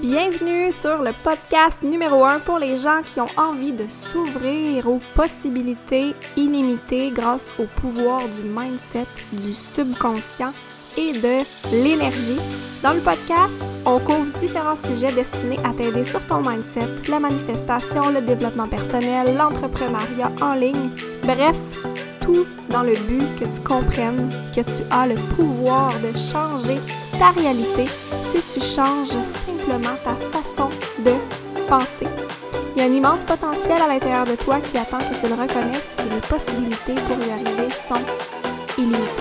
Bienvenue sur le podcast numéro 1 pour les gens qui ont envie de s'ouvrir aux possibilités illimitées grâce au pouvoir du mindset, du subconscient et de l'énergie. Dans le podcast, on couvre différents sujets destinés à t'aider sur ton mindset, la manifestation, le développement personnel, l'entrepreneuriat en ligne, bref, tout dans le but que tu comprennes que tu as le pouvoir de changer ta réalité si tu changes simplement ta façon de penser. Il y a un immense potentiel à l'intérieur de toi qui attend que tu le reconnaisses et les possibilités pour y arriver sont illimitées.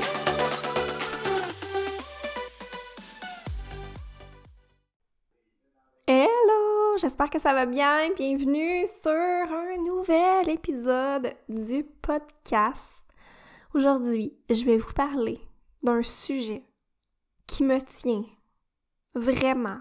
Hello! J'espère que ça va bien. Bienvenue sur un nouvel épisode du podcast. Aujourd'hui, je vais vous parler d'un sujet qui me tient vraiment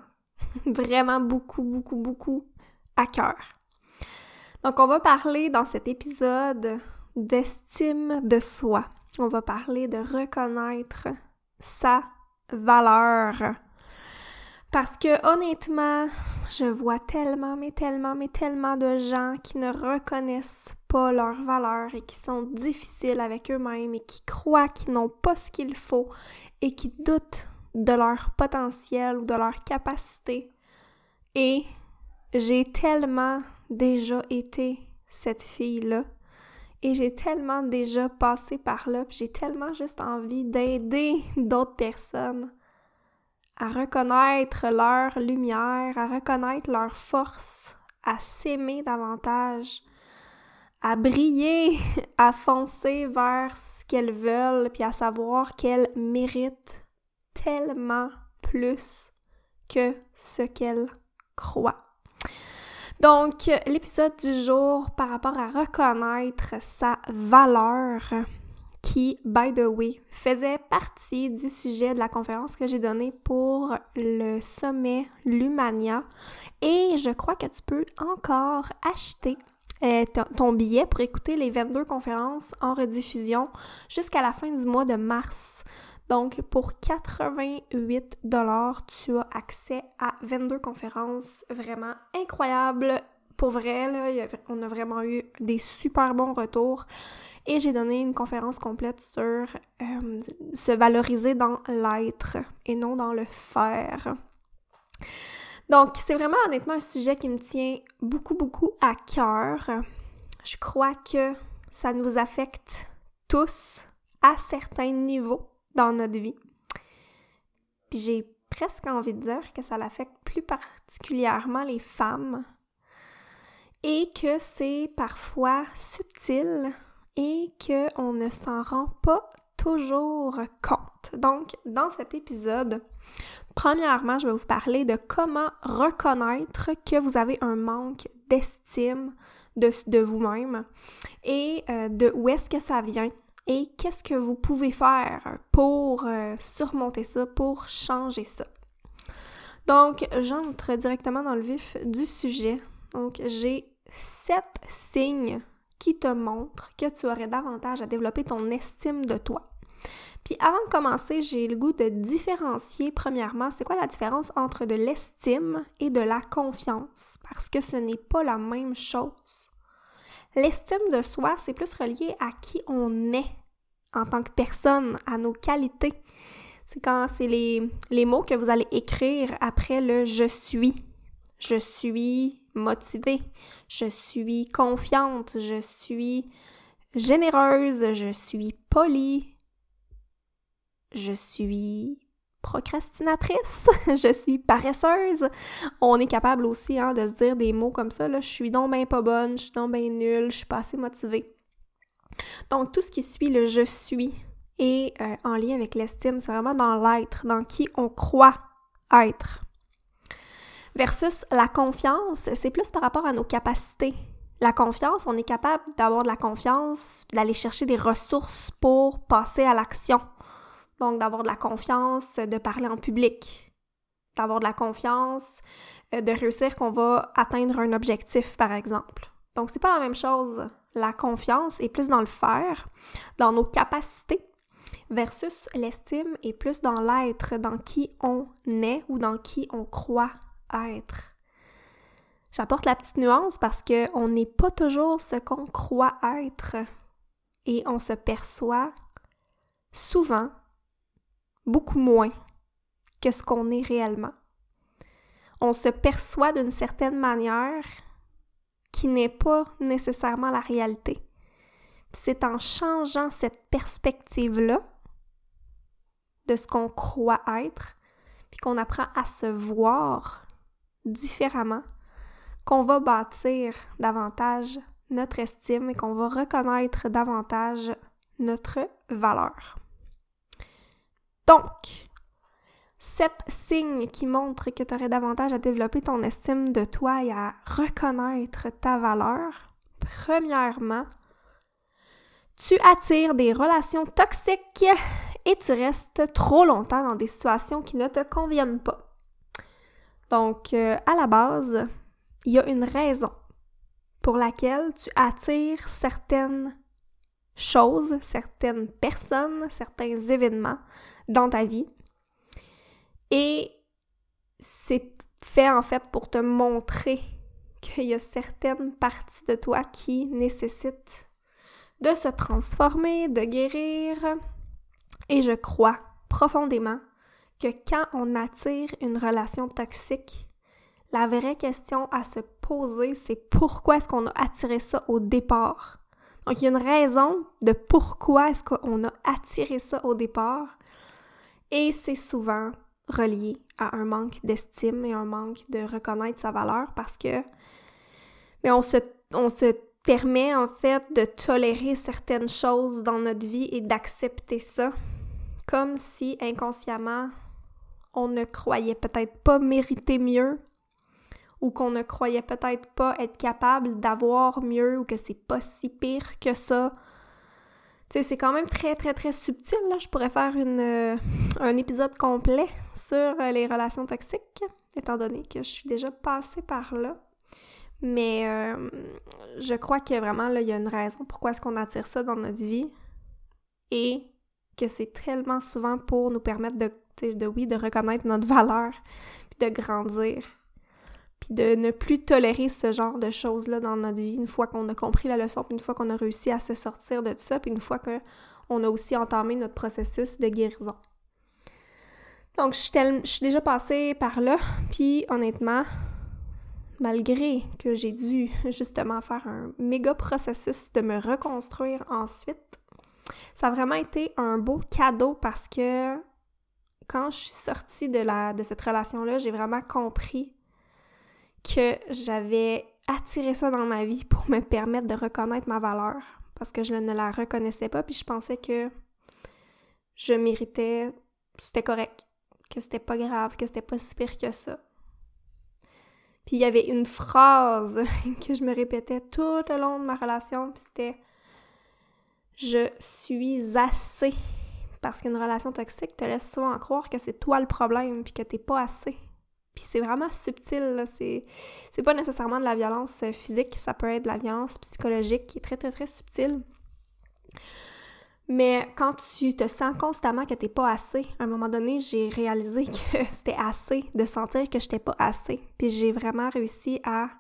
beaucoup à cœur. Donc, on va parler dans cet épisode d'estime de soi. On va parler de reconnaître sa valeur. Parce que honnêtement, je vois tellement de gens qui ne reconnaissent pas leur valeur et qui sont difficiles avec eux-mêmes et qui croient qu'ils n'ont pas ce qu'il faut et qui doutent de leur potentiel ou de leur capacité. Et j'ai tellement déjà été cette fille-là et j'ai tellement déjà passé par là, puis j'ai tellement juste envie d'aider d'autres personnes à reconnaître leur lumière, à reconnaître leur force, à s'aimer davantage, à briller, à foncer vers ce qu'elles veulent, puis à savoir qu'elles méritent tellement plus que ce qu'elles croient. Donc, l'épisode du jour par rapport à reconnaître sa valeur, qui, by the way, faisait partie du sujet de la conférence que j'ai donnée pour le sommet Lumania. Et je crois que tu peux encore acheter ton billet pour écouter les 22 conférences en rediffusion jusqu'à la fin du mois de mars. Donc, pour 88 $, tu as accès à 22 conférences vraiment incroyables. Pour vrai, là, on a vraiment eu des super bons retours. Et j'ai donné une conférence complète sur se valoriser dans l'être et non dans le faire. Donc, c'est vraiment honnêtement un sujet qui me tient beaucoup à cœur. Je crois que ça nous affecte tous à certains niveaux dans notre vie. Puis j'ai presque envie de dire que ça l'affecte plus particulièrement les femmes et que c'est parfois subtil et qu'on ne s'en rend pas toujours compte. Donc, dans cet épisode, premièrement, je vais vous parler de comment reconnaître que vous avez un manque d'estime de vous-même et de où est-ce que ça vient et qu'est-ce que vous pouvez faire pour surmonter ça, pour changer ça. Donc, j'entre directement dans le vif du sujet. Donc, j'ai 7 signes qui te montrent que tu aurais davantage à développer ton estime de toi. Puis avant de commencer, j'ai le goût de différencier premièrement, c'est quoi la différence entre de l'estime et de la confiance? Parce que ce n'est pas la même chose. L'estime de soi, c'est plus relié à qui on est en tant que personne, à nos qualités. C'est quand c'est les mots que vous allez écrire après le « je suis ». Je suis motivée, je suis confiante, je suis généreuse, je suis polie, je suis procrastinatrice, je suis paresseuse. On est capable aussi de se dire des mots comme ça, là, je suis donc ben pas bonne, je suis donc ben nulle, je suis pas assez motivée. Donc tout ce qui suit le « je suis » est en lien avec l'estime, c'est vraiment dans l'être, dans qui on croit être. Versus la confiance, c'est plus par rapport à nos capacités. La confiance, on est capable d'avoir de la confiance, d'aller chercher des ressources pour passer à l'action. Donc, d'avoir de la confiance, de parler en public, d'avoir de la confiance, de réussir qu'on va atteindre un objectif, par exemple. Donc, c'est pas la même chose. La confiance est plus dans le faire, dans nos capacités, versus l'estime est plus dans l'être, dans qui on est ou dans qui on croit être. J'apporte la petite nuance parce qu'on n'est pas toujours ce qu'on croit être et on se perçoit souvent beaucoup moins que ce qu'on est réellement. On se perçoit d'une certaine manière qui n'est pas nécessairement la réalité. Puis c'est en changeant cette perspective-là de ce qu'on croit être, puis qu'on apprend à se voir différemment, qu'on va bâtir davantage notre estime et qu'on va reconnaître davantage notre valeur. Donc, 7 signes qui montrent que tu aurais davantage à développer ton estime de toi et à reconnaître ta valeur. Premièrement, tu attires des relations toxiques et tu restes trop longtemps dans des situations qui ne te conviennent pas. Donc, à la base, il y a une raison pour laquelle tu attires certaines choses, certaines personnes, certains événements dans ta vie. Et c'est fait en fait pour te montrer qu'il y a certaines parties de toi qui nécessitent de se transformer, de guérir. Et je crois profondément que quand on attire une relation toxique, la vraie question à se poser, c'est pourquoi est-ce qu'on a attiré ça au départ? Donc, il y a une raison de pourquoi est-ce qu'on a attiré ça au départ. Et c'est souvent relié à un manque d'estime et un manque de reconnaître sa valeur parce que on se permet en fait de tolérer certaines choses dans notre vie et d'accepter ça comme si inconsciemment on ne croyait peut-être pas mériter mieux ou qu'on ne croyait peut-être pas être capable d'avoir mieux ou que c'est pas si pire que ça. Tu sais, c'est quand même très, très, très subtil, là. Je pourrais faire un épisode complet sur les relations toxiques, étant donné que je suis déjà passée par là. Mais je crois que vraiment, là, il y a une raison pourquoi est-ce qu'on attire ça dans notre vie et que c'est tellement souvent pour nous permettre de reconnaître notre valeur, puis de grandir, puis de ne plus tolérer ce genre de choses-là dans notre vie une fois qu'on a compris la leçon, puis une fois qu'on a réussi à se sortir de tout ça, puis une fois qu'on a aussi entamé notre processus de guérison. Donc, je suis déjà passée par là, puis honnêtement, malgré que j'ai dû justement faire un méga processus de me reconstruire ensuite, ça a vraiment été un beau cadeau parce que quand je suis sortie de cette relation-là, j'ai vraiment compris que j'avais attiré ça dans ma vie pour me permettre de reconnaître ma valeur parce que je ne la reconnaissais pas puis je pensais que je méritais, c'était correct, que c'était pas grave, que c'était pas si pire que ça. Puis il y avait une phrase que je me répétais tout le long de ma relation puis c'était « Je suis assez ». Parce qu'une relation toxique te laisse souvent croire que c'est toi le problème puis que t'es pas assez. Puis c'est vraiment subtil, là. C'est pas nécessairement de la violence physique, ça peut être de la violence psychologique qui est très, très, très subtile. Mais quand tu te sens constamment que t'es pas assez, à un moment donné, j'ai réalisé que c'était assez de sentir que j'étais pas assez. Puis j'ai vraiment réussi à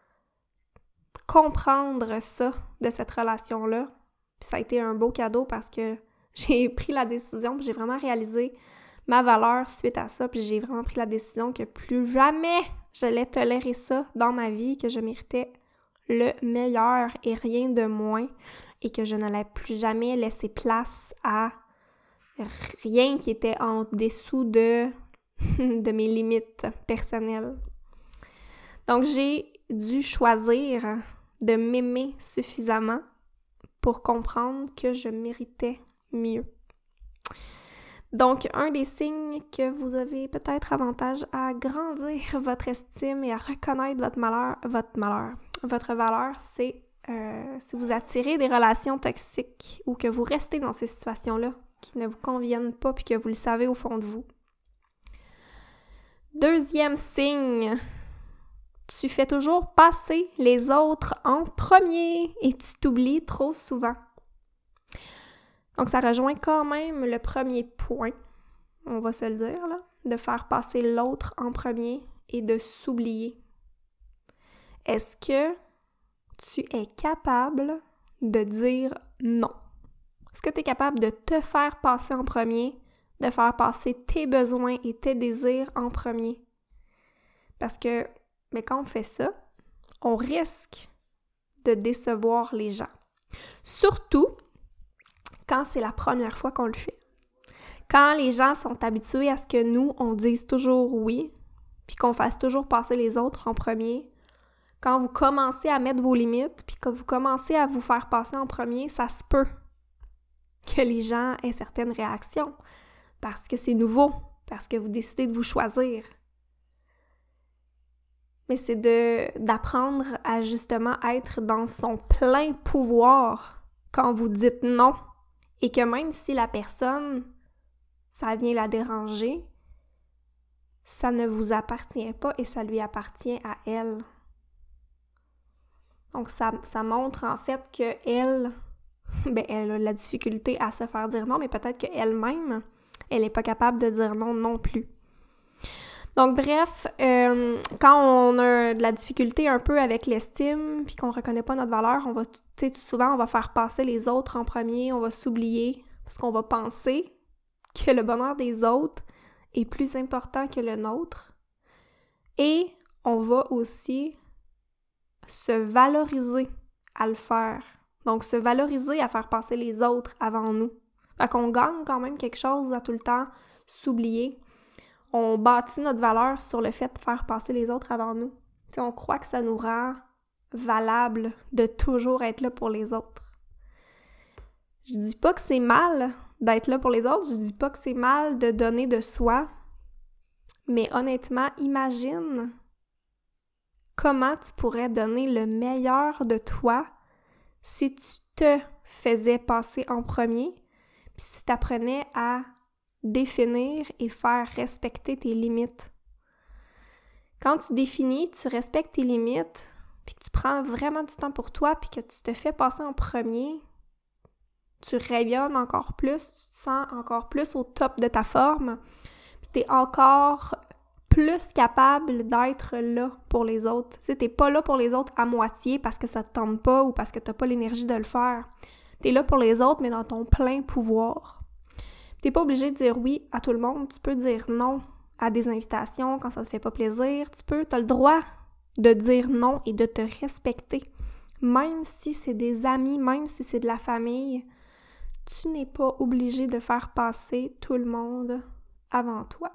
comprendre ça de cette relation-là. Puis ça a été un beau cadeau parce que j'ai pris la décision, puis j'ai vraiment réalisé ma valeur suite à ça, puis j'ai vraiment pris la décision que plus jamais j'allais tolérer ça dans ma vie, que je méritais le meilleur et rien de moins, et que je n'allais plus jamais laisser place à rien qui était en dessous de mes limites personnelles. Donc j'ai dû choisir de m'aimer suffisamment pour comprendre que je méritais mieux. Donc, un des signes que vous avez peut-être avantage à grandir votre estime et à reconnaître votre valeur, c'est si vous attirez des relations toxiques ou que vous restez dans ces situations-là qui ne vous conviennent pas puis que vous le savez au fond de vous. Deuxième signe, tu fais toujours passer les autres en premier et tu t'oublies trop souvent. Donc, ça rejoint quand même le premier point, on va se le dire, là, de faire passer l'autre en premier et de s'oublier? Est-ce que tu es capable de dire non? Est-ce que tu es capable de te faire passer en premier, de faire passer tes besoins et tes désirs en premier? Parce que quand on fait ça, on risque de décevoir les gens. Surtout quand c'est la première fois qu'on le fait. Quand les gens sont habitués à ce que nous, on dise toujours oui, puis qu'on fasse toujours passer les autres en premier, quand vous commencez à mettre vos limites, puis que vous commencez à vous faire passer en premier, ça se peut que les gens aient certaines réactions, parce que c'est nouveau, parce que vous décidez de vous choisir. Mais c'est d'apprendre à justement être dans son plein pouvoir quand vous dites non, et que même si la personne, ça vient la déranger, ça ne vous appartient pas et ça lui appartient à elle. Donc ça montre en fait qu'elle, elle a la difficulté à se faire dire non, mais peut-être qu'elle-même, elle n'est pas capable de dire non non plus. Donc bref, quand on a de la difficulté un peu avec l'estime, puis qu'on reconnaît pas notre valeur, souvent on va faire passer les autres en premier, on va s'oublier, parce qu'on va penser que le bonheur des autres est plus important que le nôtre. Et on va aussi se valoriser à le faire. Donc se valoriser à faire passer les autres avant nous. Fait qu'on gagne quand même quelque chose à tout le temps s'oublier. On bâtit notre valeur sur le fait de faire passer les autres avant nous. T'sais, on croit que ça nous rend valable de toujours être là pour les autres. Je dis pas que c'est mal d'être là pour les autres, je dis pas que c'est mal de donner de soi, mais honnêtement, imagine comment tu pourrais donner le meilleur de toi si tu te faisais passer en premier, puis si tu apprenais à définir et faire respecter tes limites. Quand tu définis, tu respectes tes limites, puis que tu prends vraiment du temps pour toi, puis que tu te fais passer en premier, tu rayonnes encore plus, tu te sens encore plus au top de ta forme, puis tu es encore plus capable d'être là pour les autres. Tu sais, t'es pas là pour les autres à moitié parce que ça te tente pas ou parce que t'as pas l'énergie de le faire. T'es là pour les autres, mais dans ton plein pouvoir. T'es pas obligé de dire oui à tout le monde. Tu peux dire non à des invitations quand ça te fait pas plaisir. T'as le droit de dire non et de te respecter. Même si c'est des amis, même si c'est de la famille, tu n'es pas obligé de faire passer tout le monde avant toi.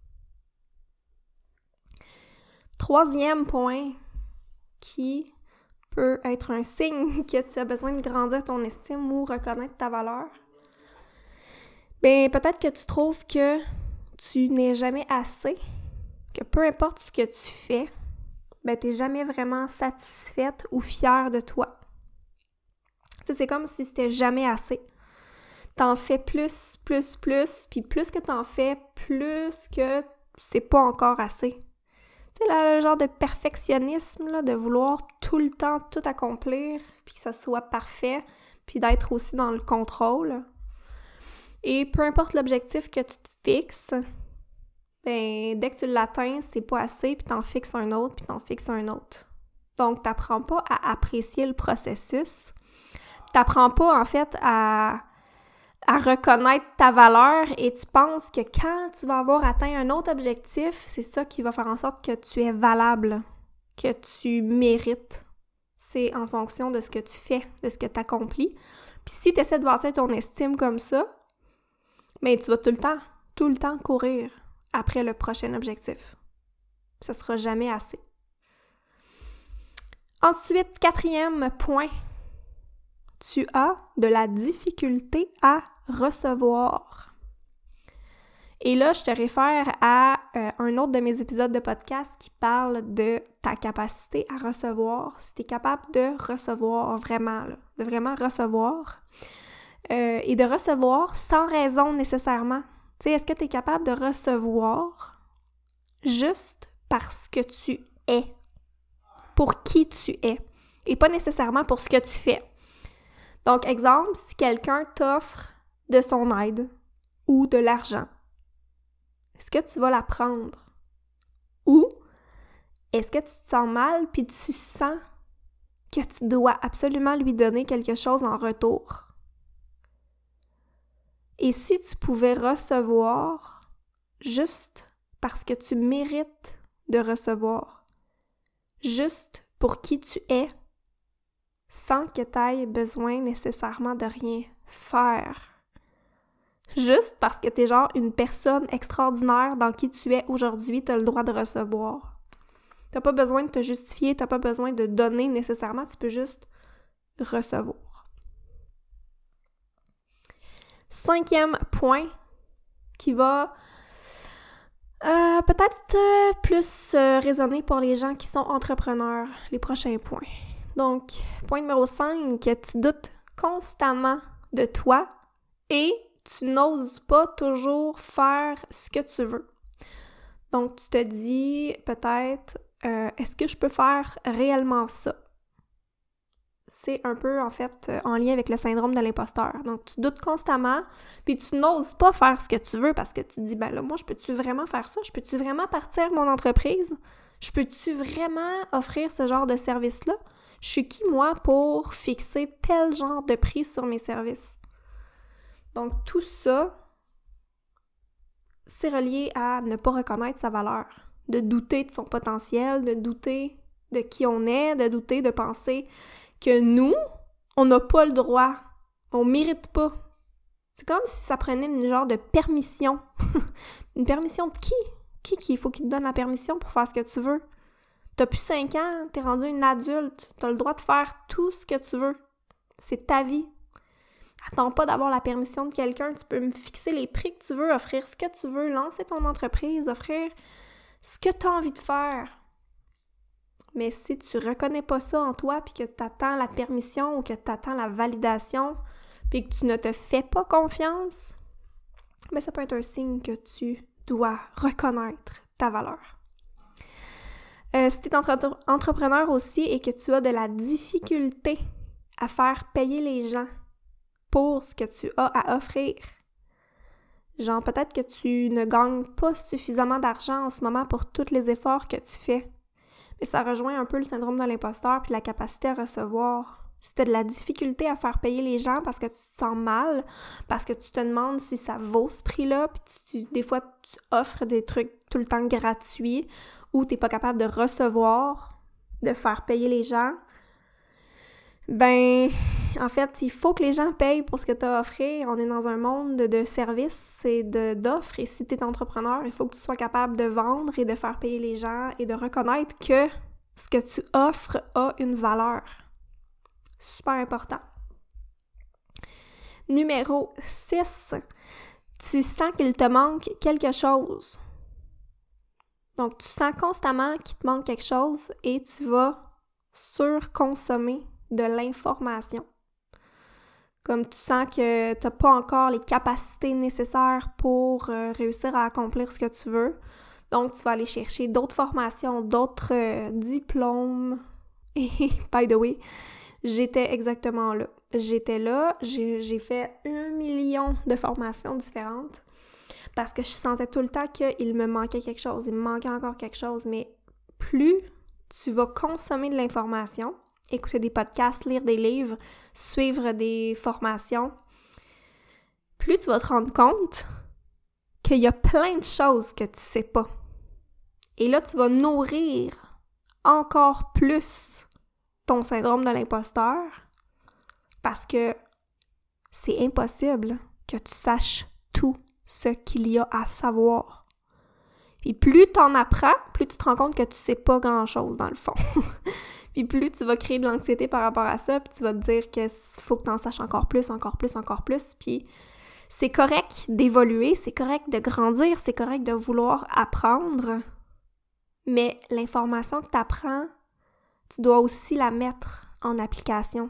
Troisième point qui peut être un signe que tu as besoin de grandir ton estime ou reconnaître ta valeur. Peut-être que tu trouves que tu n'es jamais assez, que peu importe ce que tu fais, tu n'es jamais vraiment satisfaite ou fière de toi. Tu sais, c'est comme si c'était jamais assez. T'en fais plus, puis plus que t'en fais, plus que c'est pas encore assez. Tu sais, le genre de perfectionnisme, là, de vouloir tout le temps tout accomplir, puis que ça soit parfait, puis d'être aussi dans le contrôle. Et peu importe l'objectif que tu te fixes, dès que tu l'atteins, c'est pas assez, puis t'en fixes un autre, puis t'en fixes un autre. Donc, t'apprends pas à apprécier le processus. T'apprends pas, en fait, à reconnaître ta valeur et tu penses que quand tu vas avoir atteint un autre objectif, c'est ça qui va faire en sorte que tu es valable, que tu mérites. C'est en fonction de ce que tu fais, de ce que tu accomplis. Puis si tu essaies de bâtir ton estime comme ça, tu vas tout le temps courir après le prochain objectif. Ça sera jamais assez. Ensuite, 4e point. Tu as de la difficulté à recevoir. Et là, je te réfère à un autre de mes épisodes de podcast qui parle de ta capacité à recevoir. Si tu es capable de recevoir vraiment, là, de vraiment recevoir, et de recevoir sans raison nécessairement. Tu sais, est-ce que tu es capable de recevoir juste parce que tu es, pour qui tu es, et pas nécessairement pour ce que tu fais. Donc, exemple, si quelqu'un t'offre de son aide ou de l'argent, est-ce que tu vas la prendre? Ou est-ce que tu te sens mal puis tu sens que tu dois absolument lui donner quelque chose en retour? Et si tu pouvais recevoir juste parce que tu mérites de recevoir, juste pour qui tu es, sans que tu aies besoin nécessairement de rien faire. Juste parce que tu es genre une personne extraordinaire dans qui tu es aujourd'hui, tu as le droit de recevoir. T'as pas besoin de te justifier, t'as pas besoin de donner nécessairement, tu peux juste recevoir. 5e point qui va peut-être plus résonner pour les gens qui sont entrepreneurs, les prochains points. Donc, point numéro 5, tu doutes constamment de toi et tu n'oses pas toujours faire ce que tu veux. Donc, tu te dis peut-être, est-ce que je peux faire réellement ça? C'est un peu, en fait, en lien avec le syndrome de l'imposteur. Donc, tu doutes constamment, puis tu n'oses pas faire ce que tu veux parce que tu te dis, ben là, moi, je peux-tu vraiment faire ça? Je peux-tu vraiment partir mon entreprise? Je peux-tu vraiment offrir ce genre de service-là? Je suis qui, moi, pour fixer tel genre de prix sur mes services? Donc, tout ça, c'est relié à ne pas reconnaître sa valeur, de douter de son potentiel, de douter de qui on est, de douter de penser que nous, on n'a pas le droit, on mérite pas. C'est comme si ça prenait une genre de permission. Une permission de qui? Qui il faut qu'il te donne la permission pour faire ce que tu veux? T'as plus 5 ans, t'es rendu une adulte, t'as le droit de faire tout ce que tu veux. C'est ta vie. Attends pas d'avoir la permission de quelqu'un, tu peux me fixer les prix que tu veux, offrir ce que tu veux, lancer ton entreprise, offrir ce que tu as envie de faire. Mais si tu reconnais pas ça en toi, puis que tu attends la permission ou que tu attends la validation, puis que tu ne te fais pas confiance, ben ça peut être un signe que tu dois reconnaître ta valeur. Si tu es entrepreneur aussi et que tu as de la difficulté à faire payer les gens pour ce que tu as à offrir, genre peut-être que tu ne gagnes pas suffisamment d'argent en ce moment pour tous les efforts que tu fais, mais ça rejoint un peu le syndrome de l'imposteur puis la capacité à recevoir. Si tu as de la difficulté à faire payer les gens parce que tu te sens mal, parce que tu te demandes si ça vaut ce prix-là, puis des fois tu offres des trucs tout le temps gratuits ou tu n'es pas capable de recevoir, de faire payer les gens, ben, en fait, il faut que les gens payent pour ce que tu as à offrir. On est dans un monde de services et d'offres, et si tu es entrepreneur, il faut que tu sois capable de vendre et de faire payer les gens et de reconnaître que ce que tu offres a une valeur. Super important. Numéro 6, tu sens qu'il te manque quelque chose. Donc, tu sens constamment qu'il te manque quelque chose et tu vas surconsommer de l'information. Comme tu sens que tu n'as pas encore les capacités nécessaires pour réussir à accomplir ce que tu veux. Donc, tu vas aller chercher d'autres formations, d'autres diplômes. Et, by the way, j'étais exactement là. J'étais là, j'ai fait 1 million de formations différentes parce que je sentais tout le temps qu'il me manquait quelque chose, il me manquait encore quelque chose. Mais plus tu vas consommer de l'information, écouter des podcasts, lire des livres, suivre des formations, plus tu vas te rendre compte qu'il y a plein de choses que tu sais pas. Et là, tu vas nourrir encore plus ton syndrome de l'imposteur parce que c'est impossible que tu saches tout ce qu'il y a à savoir. Puis plus tu en apprends, plus tu te rends compte que tu sais pas grand-chose dans le fond. Puis plus tu vas créer de l'anxiété par rapport à ça, puis tu vas te dire qu'il faut que tu en saches encore plus. Puis c'est correct d'évoluer, c'est correct de grandir, c'est correct de vouloir apprendre. Mais l'information que tu apprends, tu dois aussi la mettre en application.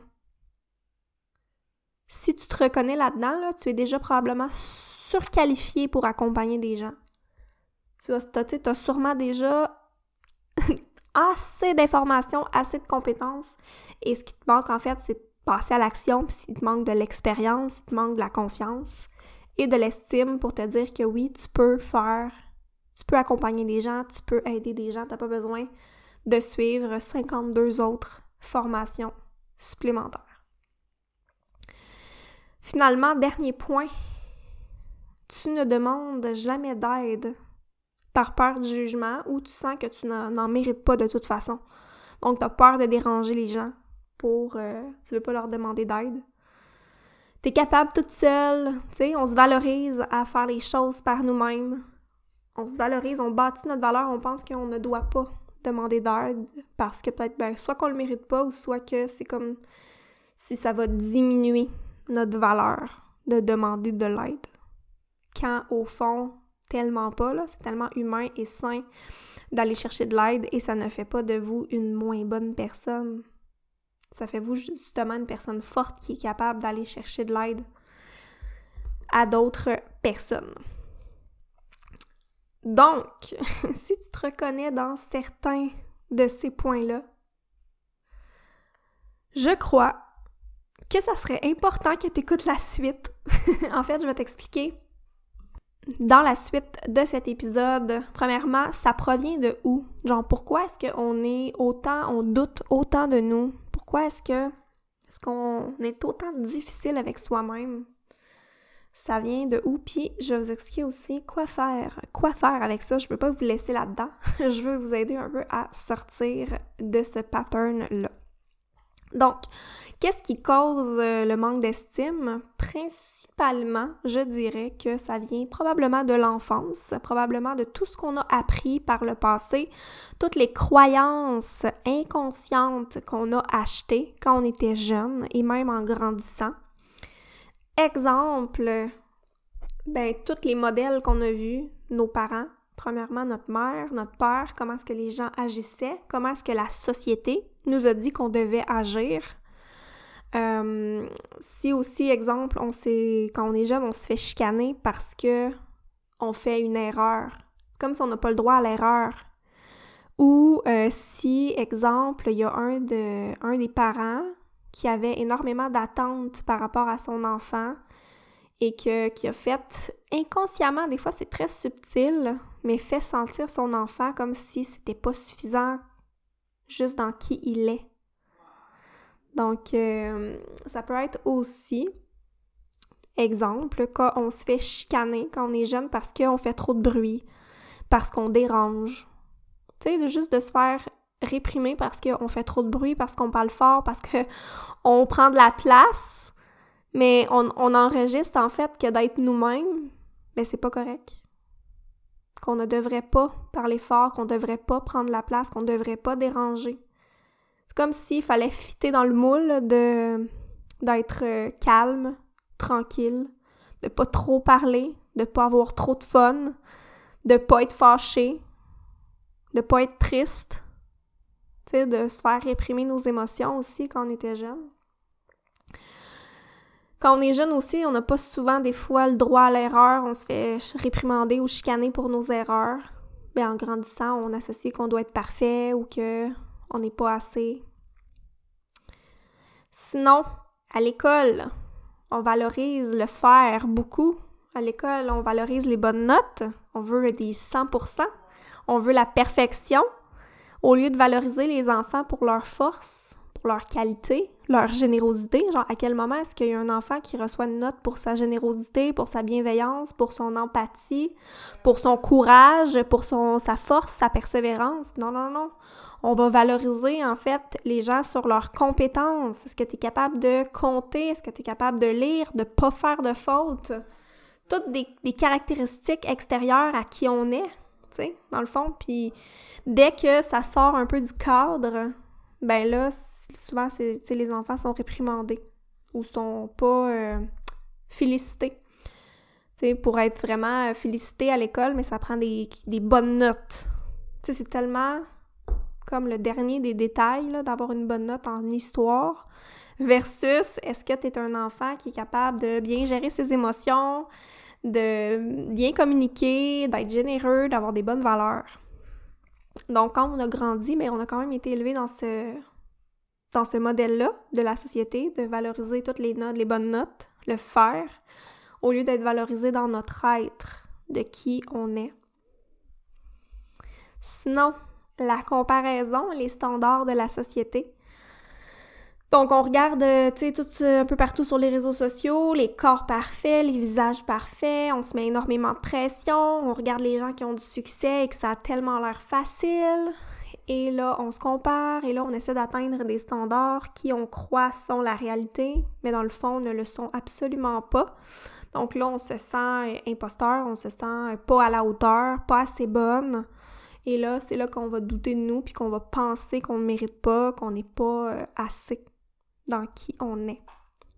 Si tu te reconnais là-dedans, là, tu es déjà probablement surqualifié pour accompagner des gens. Tu as sûrement déjà assez d'informations, assez de compétences. Et ce qui te manque, en fait, c'est de passer à l'action. Puis s'il te manque de l'expérience, il te manque de la confiance et de l'estime pour te dire que oui, tu peux accompagner des gens, tu peux aider des gens. Tu n'as pas besoin de suivre 52 autres formations supplémentaires. Finalement, dernier point, tu ne demandes jamais d'aide par peur du jugement ou tu sens que tu n'en mérites pas de toute façon. Donc, tu as peur de déranger les gens tu veux pas leur demander d'aide. Tu es capable toute seule, tu sais, on se valorise à faire les choses par nous-mêmes. On se valorise, on bâtit notre valeur, on pense qu'on ne doit pas demander d'aide parce que peut-être, soit qu'on le mérite pas ou soit que c'est comme si ça va diminuer notre valeur de demander de l'aide. Quand, au fond, tellement pas, là, c'est tellement humain et sain d'aller chercher de l'aide et ça ne fait pas de vous une moins bonne personne. Ça fait vous justement une personne forte qui est capable d'aller chercher de l'aide à d'autres personnes. Donc, si tu te reconnais dans certains de ces points-là, je crois que ça serait important que tu écoutes la suite. En fait, je vais t'expliquer. Dans la suite de cet épisode, premièrement, ça provient de où? Genre, pourquoi est-ce on doute autant de nous? Pourquoi est-ce qu'on est autant difficile avec soi-même? Ça vient de où? Puis, je vais vous expliquer aussi quoi faire avec ça. Je ne peux pas vous laisser là-dedans. Je veux vous aider un peu à sortir de ce pattern-là. Donc, qu'est-ce qui cause le manque d'estime? Principalement, je dirais que ça vient probablement de l'enfance, probablement de tout ce qu'on a appris par le passé, toutes les croyances inconscientes qu'on a achetées quand on était jeune et même en grandissant. Exemple, tous les modèles qu'on a vus, nos parents, premièrement notre mère, notre père, comment est-ce que les gens agissaient, comment est-ce que la société nous a dit qu'on devait agir. Si aussi, exemple, quand on est jeune, on se fait chicaner parce que on fait une erreur. C'est comme si on n'a pas le droit à l'erreur. Ou si, exemple, il y a un des parents qui avait énormément d'attentes par rapport à son enfant et qui a fait inconsciemment, des fois c'est très subtil, mais fait sentir son enfant comme si c'était pas suffisant juste dans qui il est. Donc, ça peut être aussi, exemple, quand on se fait chicaner quand on est jeune parce qu'on fait trop de bruit, parce qu'on dérange. Tu sais, juste de se faire réprimer parce qu'on fait trop de bruit, parce qu'on parle fort, parce qu'on prend de la place, mais on enregistre en fait que d'être nous-mêmes, c'est pas correct. Qu'on ne devrait pas parler fort, qu'on devrait pas prendre la place, qu'on devrait pas déranger. C'est comme s'il fallait fitter dans le moule d'être calme, tranquille, de pas trop parler, de pas avoir trop de fun, de pas être fâché, de pas être triste, tu sais, de se faire réprimer nos émotions aussi quand on était jeune. Quand on est jeune aussi, on n'a pas souvent des fois le droit à l'erreur, on se fait réprimander ou chicaner pour nos erreurs. En grandissant, on associe qu'on doit être parfait ou qu'on n'est pas assez. Sinon, à l'école, on valorise le faire beaucoup. À l'école, on valorise les bonnes notes. On veut des 100%. On veut la perfection. Au lieu de valoriser les enfants pour leur force, pour leur qualité, leur générosité. Genre, à quel moment est-ce qu'il y a un enfant qui reçoit une note pour sa générosité, pour sa bienveillance, pour son empathie, pour son courage, pour sa force, sa persévérance? Non. On va valoriser, en fait, les gens sur leurs compétences. Est-ce que tu es capable de compter? Est-ce que tu es capable de lire, de pas faire de fautes? Toutes des caractéristiques extérieures à qui on est, tu sais, dans le fond. Puis dès que ça sort un peu du cadre, là, souvent, les enfants sont réprimandés ou sont pas félicités. Tu sais, pour être vraiment félicité à l'école, mais ça prend des bonnes notes. Tu sais, c'est tellement comme le dernier des détails, là, d'avoir une bonne note en histoire, versus est-ce que tu es un enfant qui est capable de bien gérer ses émotions, de bien communiquer, d'être généreux, d'avoir des bonnes valeurs. Donc, quand on a grandi, on a quand même été élevé dans ce modèle-là de la société, de valoriser toutes les notes, les bonnes notes, le faire, au lieu d'être valorisé dans notre être, de qui on est. Sinon, la comparaison, les standards de la société. Donc, on regarde, tu sais, tout un peu partout sur les réseaux sociaux, les corps parfaits, les visages parfaits, on se met énormément de pression, on regarde les gens qui ont du succès et que ça a tellement l'air facile, et là, on se compare, et là, on essaie d'atteindre des standards qui, on croit, sont la réalité, mais dans le fond, ne le sont absolument pas. Donc là, on se sent imposteur, on se sent pas à la hauteur, pas assez bonne. Et là, c'est là qu'on va douter de nous, puis qu'on va penser qu'on ne mérite pas, qu'on n'est pas assez dans qui on est.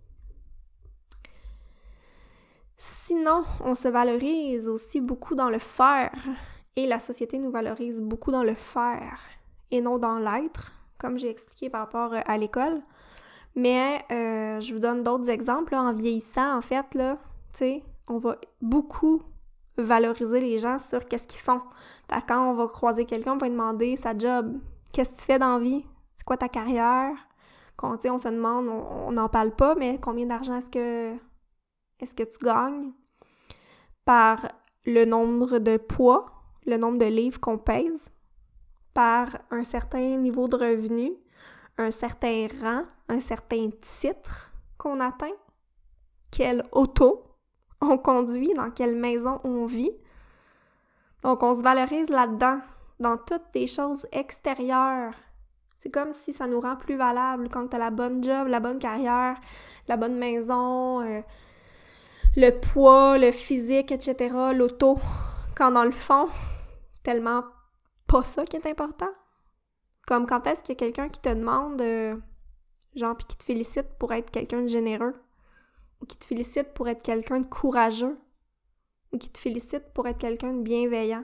Sinon, on se valorise aussi beaucoup dans le faire, et la société nous valorise beaucoup dans le faire, et non dans l'être, comme j'ai expliqué par rapport à l'école. Mais je vous donne d'autres exemples, là, en vieillissant, en fait, là, tu sais, on va beaucoup valoriser les gens sur qu'est-ce qu'ils font. Fait que quand on va croiser quelqu'un, on va lui demander sa job. Qu'est-ce que tu fais dans la vie? C'est quoi ta carrière? Quand, tu sais, on se demande, on n'en parle pas, mais combien d'argent est-ce que tu gagnes? Par le nombre de poids, le nombre de livres qu'on pèse, par un certain niveau de revenu, un certain rang, un certain titre qu'on atteint, quelle auto on conduit, dans quelle maison on vit. Donc, on se valorise là-dedans, dans toutes les choses extérieures. C'est comme si ça nous rend plus valables quand t'as la bonne job, la bonne carrière, la bonne maison, le poids, le physique, etc., l'auto. Quand dans le fond, c'est tellement pas ça qui est important. Comme quand est-ce qu'il y a quelqu'un qui te demande, genre, puis qui te félicite pour être quelqu'un de généreux, ou qui te félicite pour être quelqu'un de courageux, ou qui te félicite pour être quelqu'un de bienveillant.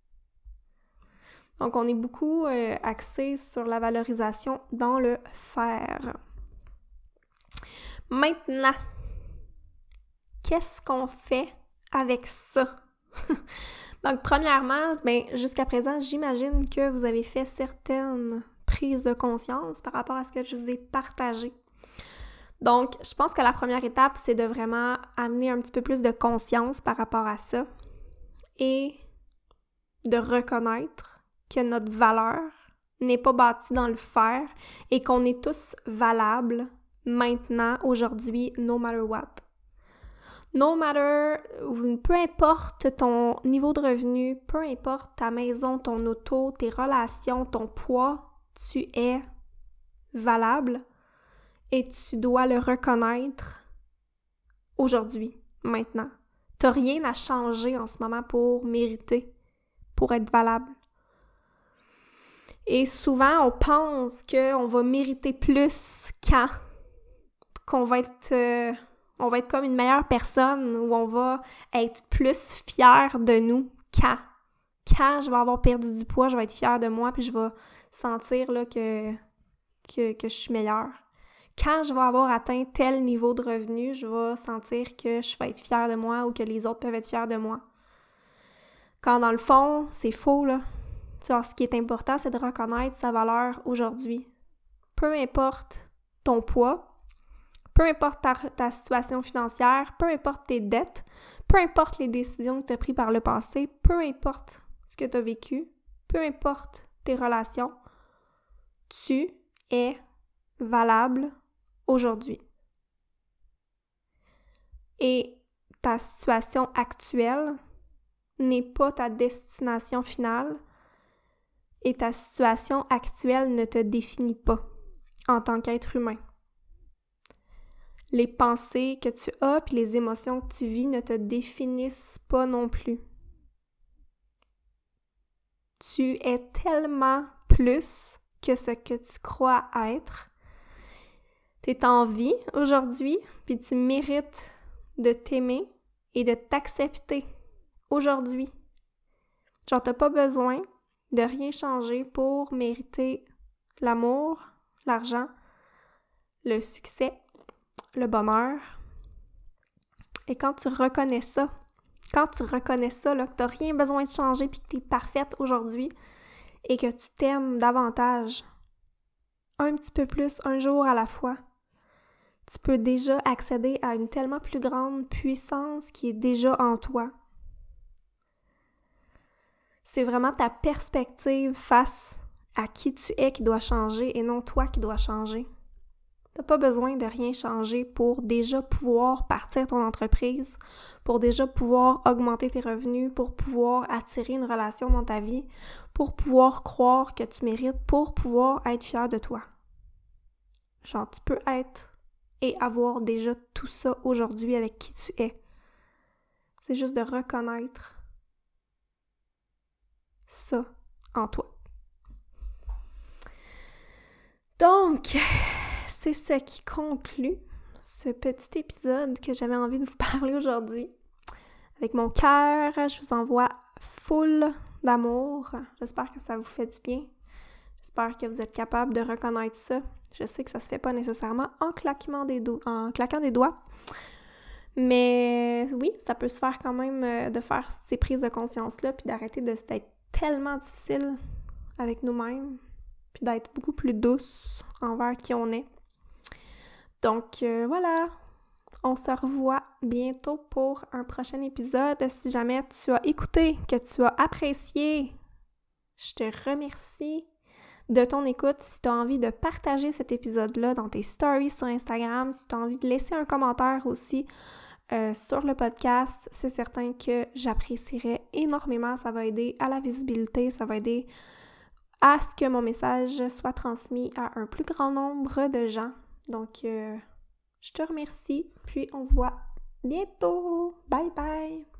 Donc, on est beaucoup axé sur la valorisation dans le faire. Maintenant, qu'est-ce qu'on fait avec ça? Donc, premièrement, jusqu'à présent, j'imagine que vous avez fait certaines prises de conscience par rapport à ce que je vous ai partagé. Donc, je pense que la première étape, c'est de vraiment amener un petit peu plus de conscience par rapport à ça et de reconnaître que notre valeur n'est pas bâtie dans le faire et qu'on est tous valables maintenant, aujourd'hui, no matter what. No matter, peu importe ton niveau de revenu, peu importe ta maison, ton auto, tes relations, ton poids, tu es valable et tu dois le reconnaître aujourd'hui, maintenant. T'as rien à changer en ce moment pour mériter, pour être valable. Et souvent, on pense qu'on va mériter plus qu'on va être comme une meilleure personne, ou on va être plus fier de nous quand je vais avoir perdu du poids, je vais être fière de moi, puis je vais sentir là, que je suis meilleure. Quand je vais avoir atteint tel niveau de revenu, je vais sentir que je vais être fière de moi ou que les autres peuvent être fiers de moi. Quand dans le fond, c'est faux, là. Alors, ce qui est important, c'est de reconnaître sa valeur aujourd'hui. Peu importe ton poids, peu importe ta situation financière, peu importe tes dettes, peu importe les décisions que tu as prises par le passé, peu importe ce que tu as vécu, peu importe tes relations, tu es valable aujourd'hui. Et ta situation actuelle n'est pas ta destination finale et ta situation actuelle ne te définit pas en tant qu'être humain. Les pensées que tu as puis les émotions que tu vis ne te définissent pas non plus. Tu es tellement plus que ce que tu crois être. Tu es en vie aujourd'hui, puis tu mérites de t'aimer et de t'accepter aujourd'hui. Genre, t'as pas besoin de rien changer pour mériter l'amour, l'argent, le succès, le bonheur. Et quand tu reconnais ça, là, que t'as rien besoin de changer puis que t'es parfaite aujourd'hui et que tu t'aimes davantage, un petit peu plus, un jour à la fois, tu peux déjà accéder à une tellement plus grande puissance qui est déjà en toi. C'est vraiment ta perspective face à qui tu es qui doit changer et non toi qui dois changer. T'as pas besoin de rien changer pour déjà pouvoir partir ton entreprise, pour déjà pouvoir augmenter tes revenus, pour pouvoir attirer une relation dans ta vie, pour pouvoir croire que tu mérites, pour pouvoir être fier de toi. Genre, tu peux être et avoir déjà tout ça aujourd'hui avec qui tu es. C'est juste de reconnaître ça en toi. Donc, c'est ce qui conclut ce petit épisode que j'avais envie de vous parler aujourd'hui. Avec mon cœur, je vous envoie full d'amour. J'espère que ça vous fait du bien. J'espère que vous êtes capable de reconnaître ça. Je sais que ça se fait pas nécessairement en claquant des doigts. Mais oui, ça peut se faire quand même de faire ces prises de conscience-là puis d'arrêter d'être tellement difficile avec nous-mêmes puis d'être beaucoup plus douce envers qui on est. Donc voilà, on se revoit bientôt pour un prochain épisode. Si jamais tu as écouté, que tu as apprécié, je te remercie de ton écoute. Si tu as envie de partager cet épisode-là dans tes stories sur Instagram, si tu as envie de laisser un commentaire aussi sur le podcast, c'est certain que j'apprécierais énormément. Ça va aider à la visibilité, ça va aider à ce que mon message soit transmis à un plus grand nombre de gens. Donc, je te remercie, puis on se voit bientôt. Bye bye!